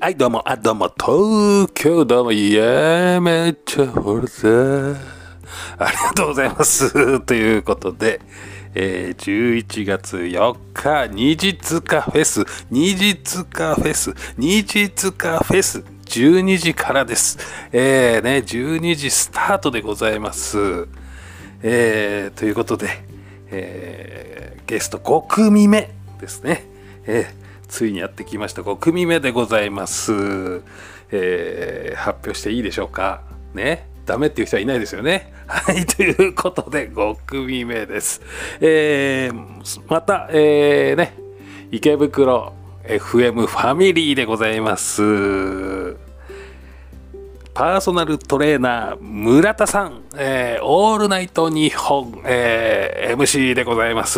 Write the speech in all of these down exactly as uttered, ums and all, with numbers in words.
はい、どうも、あ、どうも、東京、どうも、やめちゃおるぜ。ありがとうございます。ということで、えー、じゅういちがつよっか、日カフェス、日カフェス、日カフェス、じゅうにじからです。えー、ね、じゅうにじスタートでございます。えー、ということで、えー、ゲストごくみめですね。えーついにやってきましたごくみめでございます、えー、発表していいでしょうかね。ダメっていう人はいないですよね。はいということでごくみめです、えー、また、えー、ね池袋 エフエム ファミリーでございます。パーソナルトレーナー村田さん、えー、オールナイト日本、えー、エムシー でございます。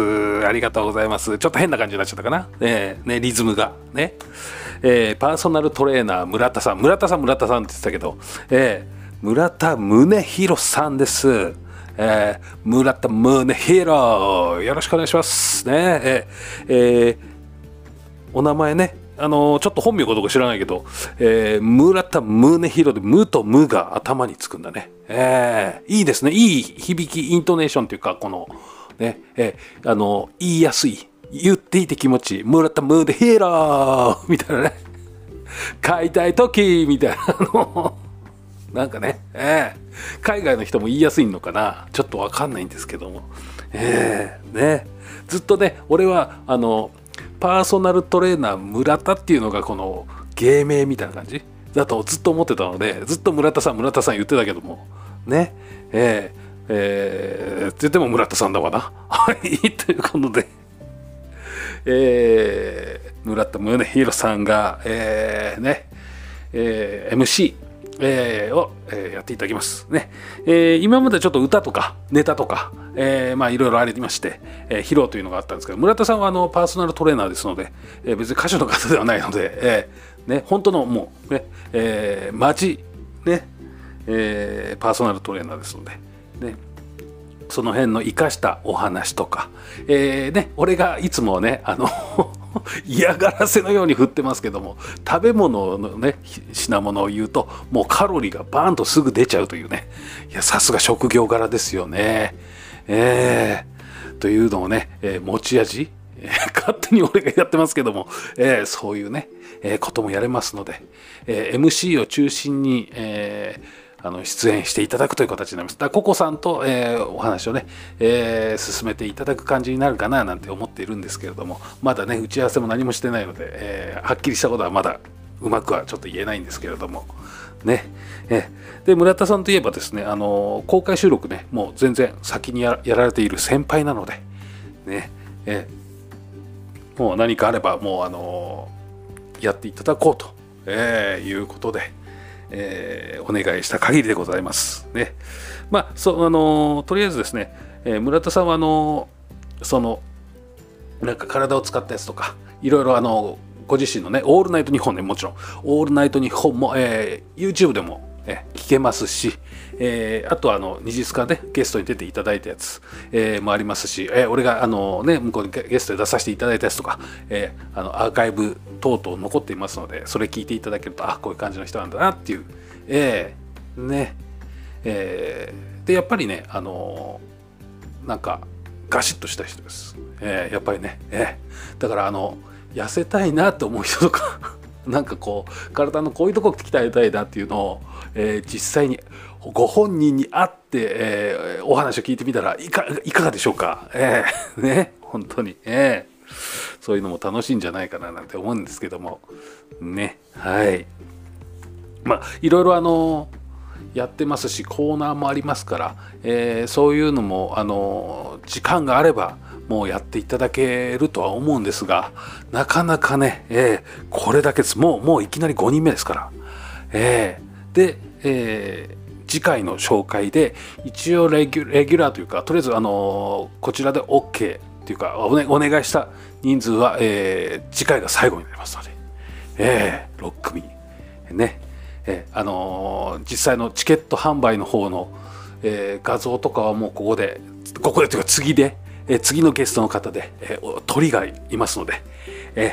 ありがとうございます。ちょっと変な感じになっちゃったかな、えー、ねリズムがね、えー、パーソナルトレーナー村田さん村田さん村田さんって言ってたけど、えー、村田宗弘さんです。えー、村田宗弘よろしくお願いしますね。えーえー、お名前ね、あのー、ちょっと本名かどうか知らないけど、えー、村田宗弘で無と無が頭につくんだね。えー、いいですね。いい響き、イントネーションというか、この、ね、えー、あのー、言いやすい。言っていて気持ちいい。村田宗弘みたいなね。買いたい時みたいなの。なんかね、えー、海外の人も言いやすいのかな。ちょっとわかんないんですけども。えー、ね。ずっとね、俺は、あの、パーソナルトレーナー村田っていうのがこの芸名みたいな感じだとずっと思ってたので、ずっと村田さん村田さん言ってたけどもね、えー、えー、って言っても村田さんだわな。はいということで、えー、村田宗弘さんが、えー、ね、えー、エムシーえー、を、えー、やっていただきますね。えー、今までちょっと歌とかネタとか、えー、まあいろいろありまして、えー、披露というのがあったんですけど、村田さんはあのパーソナルトレーナーですので、えー、別に歌手の方ではないので、えーね、本当のもうね、えー、マジね、えー、パーソナルトレーナーですので、ね、その辺の生かしたお話とか、えーね、俺がいつもねあの嫌がらせのように振ってますけども、食べ物のね品物を言うともうカロリーがバーンとすぐ出ちゃうというね、いやさすが職業柄ですよね。えー、というのをね、えー、持ち味、えー、勝手に俺がやってますけども、えー、そういうね、えー、こともやれますので、えー、エムシー を中心に、えーあの出演していただくという形になります。だからココさんと、えー、お話をね、えー、進めていただく感じになるかななんて思っているんですけれども、まだね打ち合わせも何もしてないので、えー、はっきりしたことはまだうまくはちょっと言えないんですけれどもね。えー、で村田さんといえばですね、あのー、公開収録ねもう全然先に や, やられている先輩なのでね、えー、もう何かあればもうあのー、やっていただこうと、えー、いうことで。えー、お願いした限りでございますね。まあそうあのー、とりあえずですね、えー、村田さんはあのー、そのなんか体を使ったやつとかいろいろあのご自身のねオールナイトニッポンね、もちろんオールナイトニッポンも、えー、YouTube でも、えー、聞けますし、えー、あとはあのニジスカでゲストに出ていただいたやつ、えー、もありますし、えー、俺があのね向こうにゲストで出させていただいたやつとか、えー、あのアーカイブ等々残っていますので、それ聞いていただけるとあこういう感じの人なんだなっていう、えー、ね、えー、でやっぱりねあのー、なんかガシッとした人です、えー、やっぱりね、えー、だからあの痩せたいなと思う人とかなんかこう体のこういうとこ鍛えたいなっていうのを、えー、実際にご本人に会って、えー、お話を聞いてみたらいか、いかがでしょうか、えー、ね本当に、えーそういうのも楽しいんじゃないかななんて思うんですけどもね。はいまあいろいろあのやってますしコーナーもありますから、えー、そういうのもあの時間があればもうやっていただけるとは思うんですが、なかなかね、えー、これだけです。もうもういきなりごにんめですから、えー、で、えー、次回の紹介で一応レギュ、レギュラーというかとりあえずあのこちらで OKというかお、ね、お願いした人数は、えー、次回が最後になりますので、えー、ろっくみね、えー、あのー、実際のチケット販売の方の、えー、画像とかはもうここでここでというか次で、えー、次のゲストの方で、えー、鳥がいますので、えー、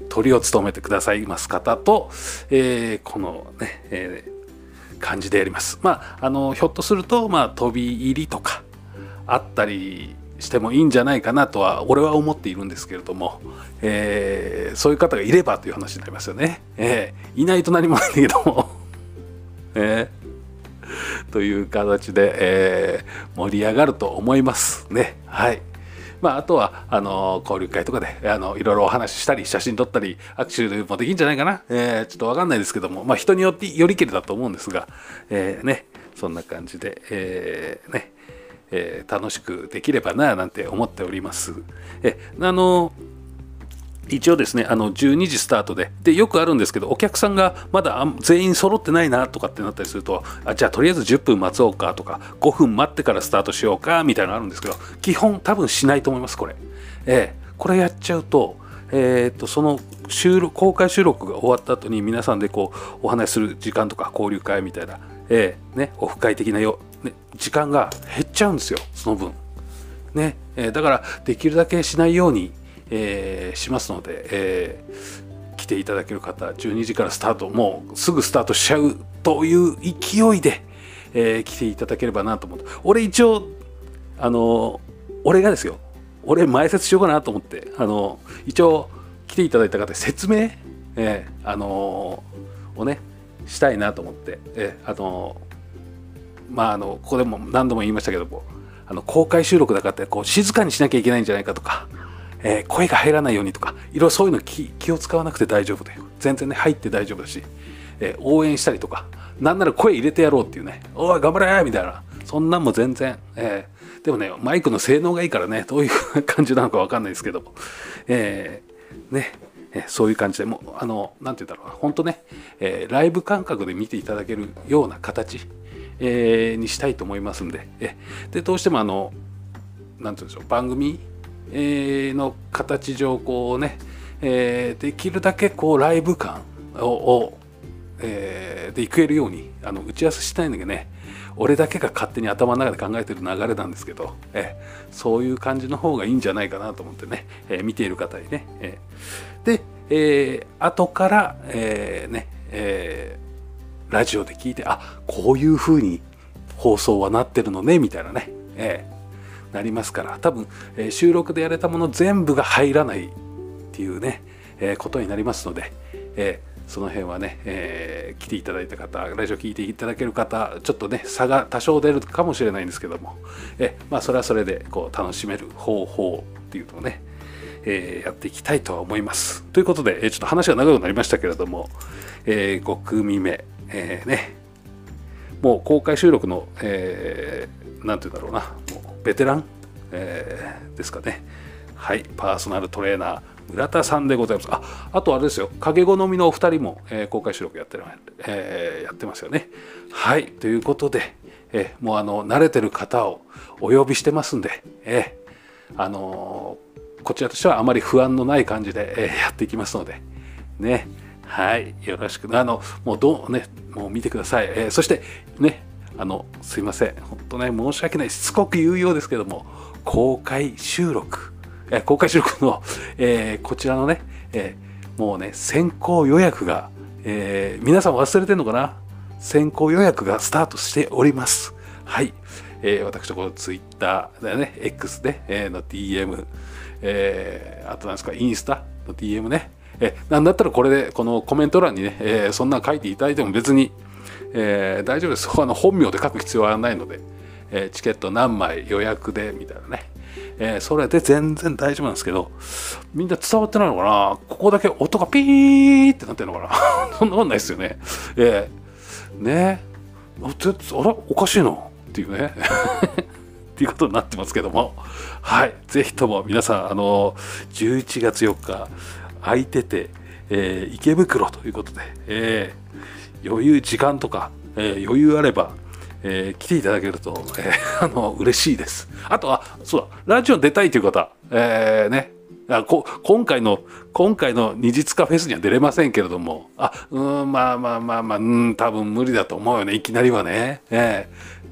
トリを務めてくださいます方と、えー、このね、えー、感じでやります。まああのひょっとすると、まあ、飛び入りとかあったりしてもいいんじゃないかなとは俺は思っているんですけれども、えー、そういう方がいればという話になりますよね。えー、いないと何もないんだけども、えー、という形で、えー、盛り上がると思いますね。はい。まあ、あとはあの交流会とかであのいろいろお話ししたり写真撮ったり握手もできるんじゃないかな、えー、ちょっと分かんないですけども、まあ、人によってよりけりだと思うんですが、えーね、そんな感じで、えーねえー、楽しくできればななんて思っております。えあの一応ですね、あのじゅうにじスタートで、でよくあるんですけど、お客さんがまだ全員揃ってないなとかってなったりすると、あじゃあとりあえずじゅっぷん待つおうかとか、ごふん待ってからスタートしようかみたいなのあるんですけど、基本多分しないと思いますこれ。えー、これやっちゃうと、えー、とその収録公開収録が終わった後に皆さんでこうお話しする時間とか交流会みたいな、えーね、オフ会的なよ、ね、時間が減っちゃうんですよその分。ねえー、だからできるだけしないようにえー、しますので、えー、来ていただける方じゅうにじからスタート、もうすぐスタートしちゃうという勢いで、えー、来ていただければなと思って、俺一応あの俺がですよ俺前説しようかなと思って、あの一応来ていただいた方説明、えー、あのをねしたいなと思って、えー、あのまああのここでも何度も言いましたけども、あの公開収録だからってこう静かにしなきゃいけないんじゃないかとか、えー、声が入らないようにとか、いろいろそういうの 気, 気を使わなくて大丈夫だよ。全然ね入って大丈夫だし、えー、応援したりとか、なんなら声入れてやろうっていうね、おい頑張れみたいな、そんなんも全然、えー、でもねマイクの性能がいいからね、どういう感じなのか分かんないですけども、えー、ね、えー、そういう感じで、もうあのなんて言うんだろうな、本当ね、えー、ライブ感覚で見ていただけるような形、えー、にしたいと思いますんで、えー、でどうしてもあのなんて言うんでしょう、番組えー、の形上こうね、えー、できるだけこうライブ感を、をえー、でいけるように、あの打ち合わせしたいんだけどね、俺だけが勝手に頭の中で考えてる流れなんですけど、えー、そういう感じの方がいいんじゃないかなと思ってね、えー、見ている方にね、えー、で、えー、後から、えー、ね、えー、ラジオで聞いて、あこういう風に放送はなってるのねみたいなね、えーなりますから、多分、えー、収録でやれたもの全部が入らないっていうね、えー、ことになりますので、えー、その辺はね、えー、来ていただいた方、ラジオ聞いていただける方、ちょっとね差が多少出るかもしれないんですけども、えー、まあそれはそれでこう楽しめる方法っていうのをね、えー、やっていきたいと思います。ということで、えー、ちょっと話が長くなりましたけれども、えー、ご組目、えー、ねもう公開収録の、えー、なんて言うんだろうな、もうベテラン、えー、ですかね。はい、パーソナルトレーナー村田さんでございます。あ、あとあれですよ、影好みのお二人も、えー、公開収録やって、えー、やってますよね。はい、ということで、えー、もうあの慣れてる方をお呼びしてますんで、えー、あのー、こちらとしてはあまり不安のない感じで、えー、やっていきますのでね。はい、よろしく。あのもうどうね、もう見てください。えー、そしてね、あのすいません、本当ね申し訳ない、しつこく言うようですけども、公開収録、えー、公開収録の、えー、こちらのね、えー、もうね先行予約が、えー、皆さん忘れてるのかな、先行予約がスタートしております。はい、えー、私とこのツイッターでね、X で、えー、の ディーエム、えー、あとなんですかインスタの ディーエム ね。えなんだったらこれでこのコメント欄にね、えー、そんな書いていただいても別に、えー、大丈夫です。あの本名で書く必要はないので、えー、チケット何枚予約でみたいなね、えー、それで全然大丈夫なんですけど、みんな伝わってないのかな、ここだけ音がピーってなってるのかなそんなことないですよね。えー、ねあらおかしいなっていうねっていうことになってますけども、はい、ぜひとも皆さん、あのじゅういちがつよっか空いてて、えー、池袋ということで、えー、余裕時間とか、えー、余裕あれば、えー、来ていただけると、えー、あの嬉しいです。あとはそうだ、ラジオ出たいという方、えー、ねあこ今回の今回の虹塚フェスには出れませんけれども、あうんまあまあまあまあうん多分無理だと思うよね、いきなりはね。えー、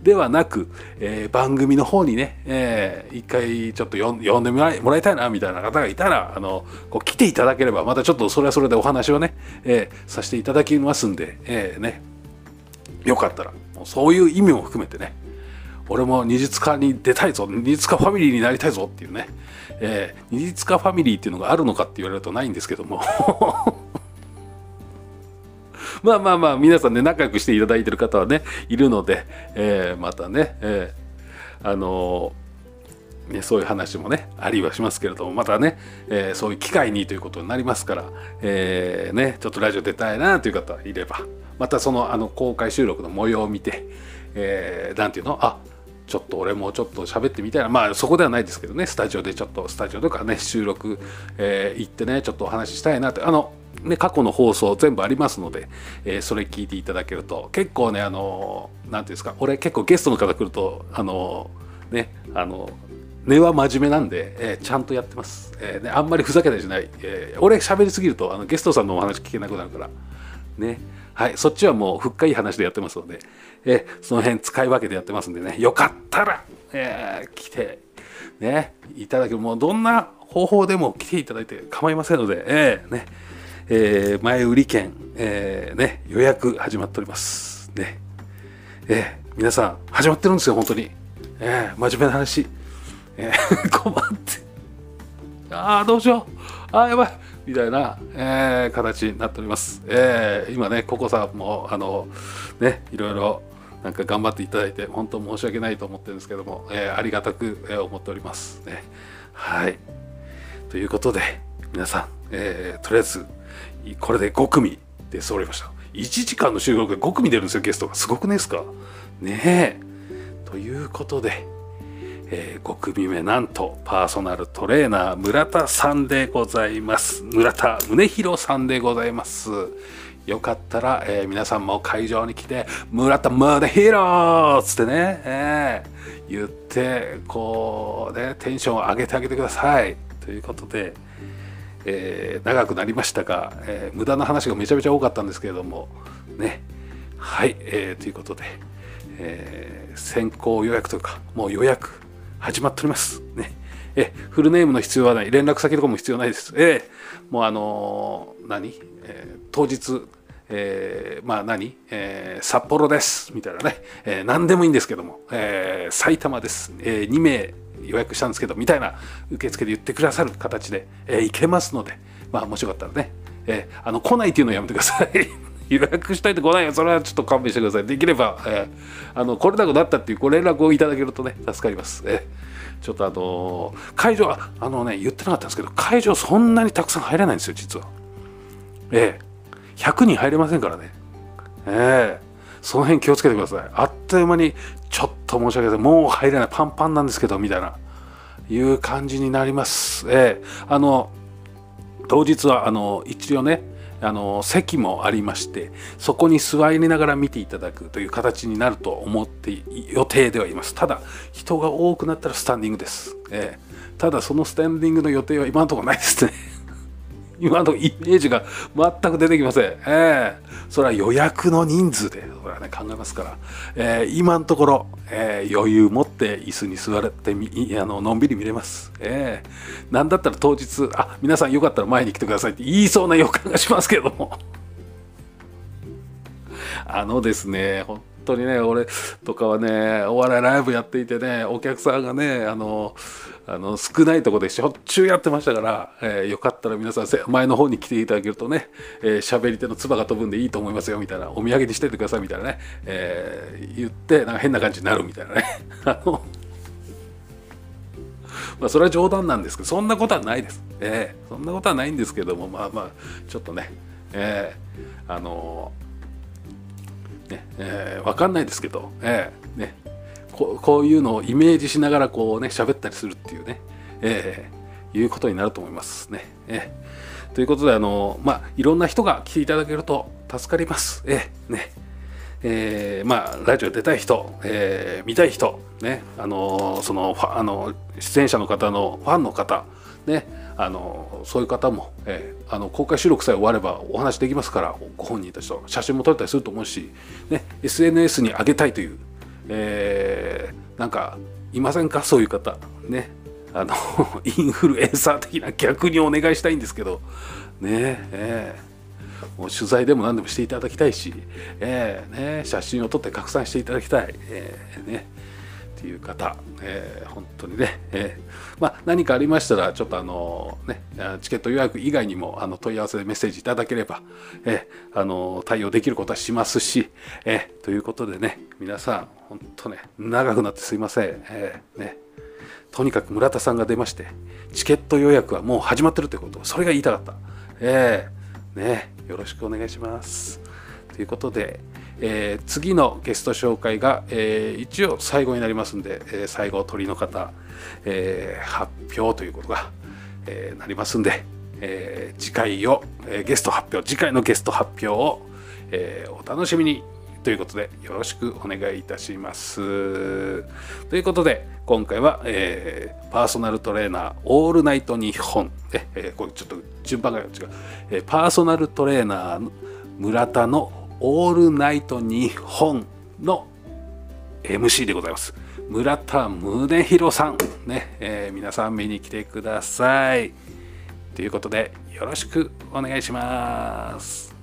ではなく、えー、番組の方にね、えー、一回ちょっと呼んでもらい、もらいたいなみたいな方がいたら、あのこう来ていただければ、またちょっとそれはそれでお話をね、えー、させていただきますんで、えー、ね、よかったらもうそういう意味も含めてね、俺も二実家に出たいぞ、二実家ファミリーになりたいぞっていうね、えー、二実家ファミリーっていうのがあるのかって言われるとないんですけどもまあまあまあ皆さんね、仲良くしていただいてる方はねいるので、えー、またね、えー、あのー、ねそういう話もねありはしますけれども、またね、えー、そういう機会にということになりますから、えー、ねちょっとラジオ出たいなという方いれば、またそのあの公開収録の模様を見て、えー、なんていうの、あ、ちょっと俺もちょっと喋ってみたいな、まあそこではないですけどね、スタジオでちょっとスタジオとかね収録、えー、行ってねちょっとお話ししたいなって、あのね過去の放送全部ありますので、えー、それ聞いていただけると結構ね、あのなんていうんですか、俺結構ゲストの方来るとあのねあの根は真面目なんで、えー、ちゃんとやってます、えーね、あんまりふざけたりしない、えー、俺喋りすぎるとあのゲストさんのお話聞けなくなるからね、はい、そっちはもうふっかいい話でやってますので、えー、その辺使い分けてやってますんでね、よかったら、えー、来てねいただける、もうどんな方法でも来ていただいて構いませんので、えー、ね、えー、前売り券、えー、ね予約始まっておりますね、えー、皆さん始まってるんですよ本当に、えー、真面目な話、えー、困ってああどうしよう、ああやばいみたいな、えー、形になっております。えー、今ね、ココさんもあのね、いろいろなんか頑張っていただいて本当申し訳ないと思ってるんですけども、えー、ありがたく、えー、思っておりますね。はい。ということで皆さん、えー、とりあえずこれでごくみで揃いました。いちじかんの収録でごくみ出るんですよ、ゲストが。すごくないですかねえ。ということで。えー、ごくみめなんとパーソナルトレーナー村田さんでございます。村田宗弘さんでございます。よかったら、えー、皆さんも会場に来て村田宗弘っつってね、えー、言ってこうねテンションを上げてあげてくださいということで、えー、長くなりましたが、えー、無駄な話がめちゃめちゃ多かったんですけれどもね、はい、えー、ということで、えー、先行予約というかもう予約始まっておりますね。えフルネームの必要はない、連絡先とかも必要ないです。えもうあのー、何、えー、当日、えー、まあ何、えー、札幌ですみたいなね、えー、何でもいいんですけども、えー、埼玉です、えー、にめい予約したんですけどみたいな受付で言ってくださる形で、えー、いけますので、まあもしよかったらね、えー、あの来ないっていうのをやめてください。予約したいと来ないよ、それはちょっと勘弁してください。できれば、えー、あの来れなくなったっていうご連絡をいただけるとね助かります。えー、ちょっとあのー、会場ああのね言ってなかったんですけど、会場そんなにたくさん入れないんですよ実は。えー、ひゃくにん入れませんからね。えー、その辺気をつけてください。あっという間にちょっと申し訳ない、もう入れない、パンパンなんですけどみたいないう感じになります。えー、あの当日はあの一応ねあの席もありまして、そこに座りながら見ていただくという形になると思って予定ではいます。ただ人が多くなったらスタンディングです、えー、ただそのスタンディングの予定は今のところないですね。今のところイメージが全く出てきません。えー、それは予約の人数でそれは、ね、考えますから、えー、今のところ、えー、余裕持って椅子に座ってみあののんびり見れます。えー、なんだったら当日あ皆さんよかったら前に来てくださいって言いそうな予感がしますけれどもあのですね本当にね俺とかはねお笑いライブやっていてねお客さんがねあのあの少ないところでしょっちゅうやってましたから、えー、よかったら皆さん前の方に来ていただけるとね喋、えー、り手の唾が飛ぶんでいいと思いますよみたいな、お土産にしててくださいみたいなね、えー、言ってなんか変な感じになるみたいなねあのまあそれは冗談なんですけど、そんなことはないです、えー、そんなことはないんですけども、まあまあちょっとね、えー、あのねえー、分かんないですけど、えーね、こ, こういうのをイメージしながらこうね喋ったりするっていうね、えー、いうことになると思いますね。えー、ということであのまあいろんな人が来ていただけると助かります。えー、ねえー、まあラジオ出たい人、えー、見たい人ね、あのそのあの出演者の方のファンの方ね、あのそういう方も、えー、あの公開収録さえ終わればお話できますから、ご本人たちと写真も撮れたりすると思うし、ね、エスエヌエス に上げたいという、 えー、なんかいませんか、そういう方ね。あのインフルエンサー的な逆にお願いしたいんですけどねえー、もう取材でも何でもしていただきたいし、えーね、写真を撮って拡散していただきたい、えーね、っていう方、えー、本当にね、えーまあ、何かありましたらちょっとあの、ね、チケット予約以外にもあの問い合わせでメッセージいただければ、えー、あの対応できることはしますし、えー、ということでね、皆さん本当ね長くなってすいません、えーね、とにかく村田さんが出ましてチケット予約はもう始まってるということ、それが言いたかった。えーね、よろしくお願いします。ということで、えー、次のゲスト紹介が、えー、一応最後になりますんで、えー、最後鳥の方、えー、発表ということが、えー、なりますんで、えー、次回を、えー、ゲスト発表次回のゲスト発表を、えー、お楽しみにということでよろしくお願いいたします。ということで今回は、えー、パーソナルトレーナーオールナイトニッポン、えー、これちょっと順番が違う、えー、パーソナルトレーナー村田のオールナイトニッポンの エムシー でございます。村田宗弘さんね、えー、皆さん見に来てくださいということでよろしくお願いします。